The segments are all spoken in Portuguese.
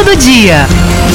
Santo do Dia.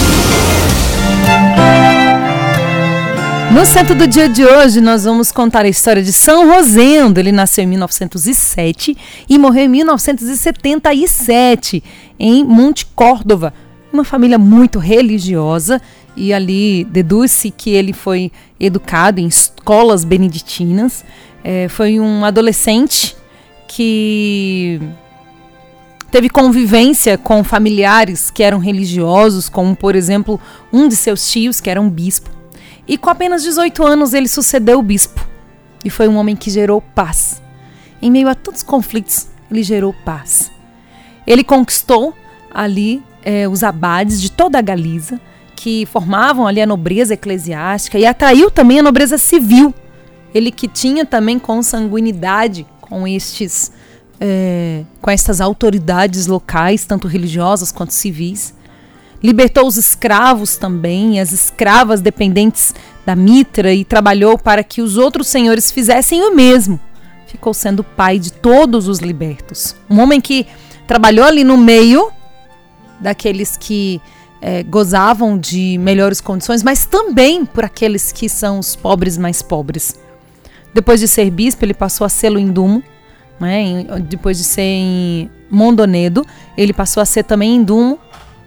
No Santo do Dia de hoje, nós vamos contar a história de São Rosendo. Ele nasceu em 1907 e morreu em 1977, em Monte Córdova. Uma família muito religiosa, e ali deduz-se que ele foi educado em escolas beneditinas. Foi um adolescente que teve convivência com familiares que eram religiosos, como, por exemplo, um de seus tios, que era um bispo. E com apenas 18 anos ele sucedeu o bispo. E foi um homem que gerou paz. Em meio a tantos conflitos, ele gerou paz. Ele conquistou ali os abades de toda a Galiza, que formavam ali a nobreza eclesiástica, e atraiu também a nobreza civil. Ele que tinha também consanguinidade com estas autoridades locais, tanto religiosas quanto civis. Libertou os escravos também, as escravas dependentes da Mitra, e trabalhou para que os outros senhores fizessem o mesmo. Ficou sendo pai de todos os libertos. Um homem que trabalhou ali no meio daqueles que gozavam de melhores condições, mas também por aqueles que são os pobres mais pobres. Depois de ser bispo, ele passou a ser em Dumo, né? Depois de ser em Mondonedo, ele passou a ser também em Dume,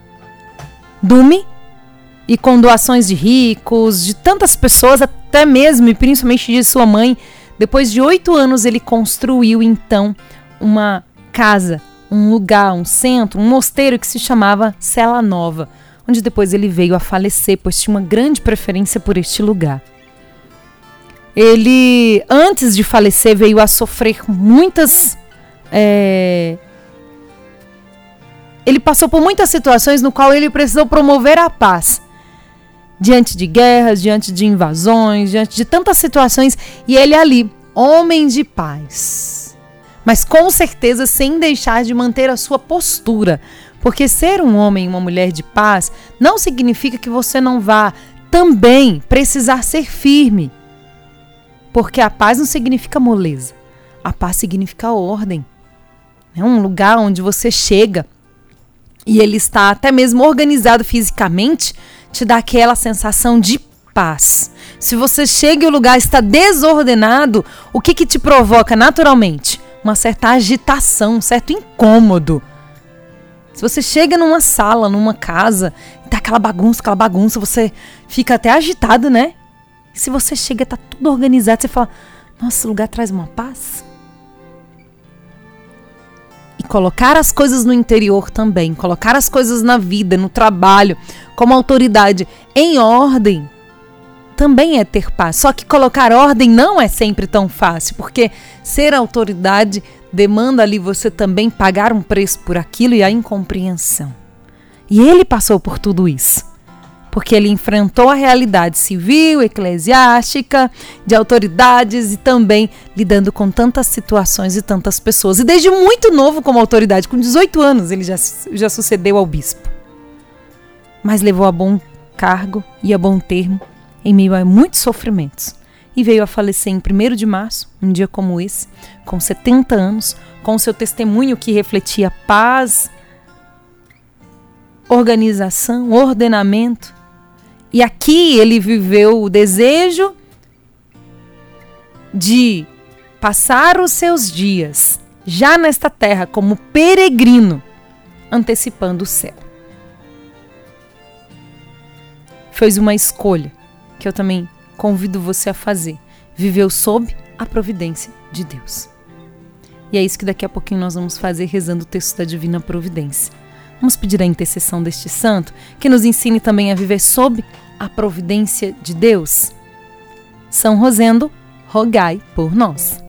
e com doações de ricos, de tantas pessoas, até mesmo e principalmente de sua mãe. Depois de 8 anos, ele construiu então uma casa, um lugar, um centro, um mosteiro que se chamava Cela Nova, onde depois ele veio a falecer, pois tinha uma grande preferência por este lugar. Ele, antes de falecer, veio a sofrer muitas... Ele passou por muitas situações no qual ele precisou promover a paz. Diante de guerras, diante de invasões, diante de tantas situações. E ele ali, homem de paz. Mas com certeza sem deixar de manter a sua postura. Porque ser um homem e uma mulher de paz não significa que você não vá também precisar ser firme. Porque a paz não significa moleza. A paz significa ordem. É um lugar onde você chega e ele está até mesmo organizado fisicamente, te dá aquela sensação de paz. Se você chega e o lugar está desordenado, o que te provoca naturalmente? Uma certa agitação, um certo incômodo. Se você chega numa sala, numa casa, e tá aquela bagunça, você fica até agitado, né? E se você chega e tá tudo organizado, você fala, nossa, esse lugar traz uma paz. E colocar as coisas no interior também, colocar as coisas na vida, no trabalho, como autoridade em ordem, também é ter paz. Só que colocar ordem não é sempre tão fácil, porque ser autoridade demanda ali você também pagar um preço por aquilo e a incompreensão. E ele passou por tudo isso, porque ele enfrentou a realidade civil, eclesiástica, de autoridades e também lidando com tantas situações e tantas pessoas. E desde muito novo como autoridade, com 18 anos, ele já sucedeu ao bispo. Mas levou a bom cargo e a bom termo em meio a muitos sofrimentos. E veio a falecer em 1º de março, um dia como esse, com 70 anos, com seu testemunho que refletia paz, organização, ordenamento. E aqui ele viveu o desejo de passar os seus dias já nesta terra como peregrino, antecipando o céu. Fez uma escolha que eu também convido você a fazer. Viveu sob a providência de Deus. E é isso que daqui a pouquinho nós vamos fazer rezando o texto da Divina Providência. Vamos pedir a intercessão deste santo, que nos ensine também a viver sob a providência de Deus. São Rosendo, rogai por nós.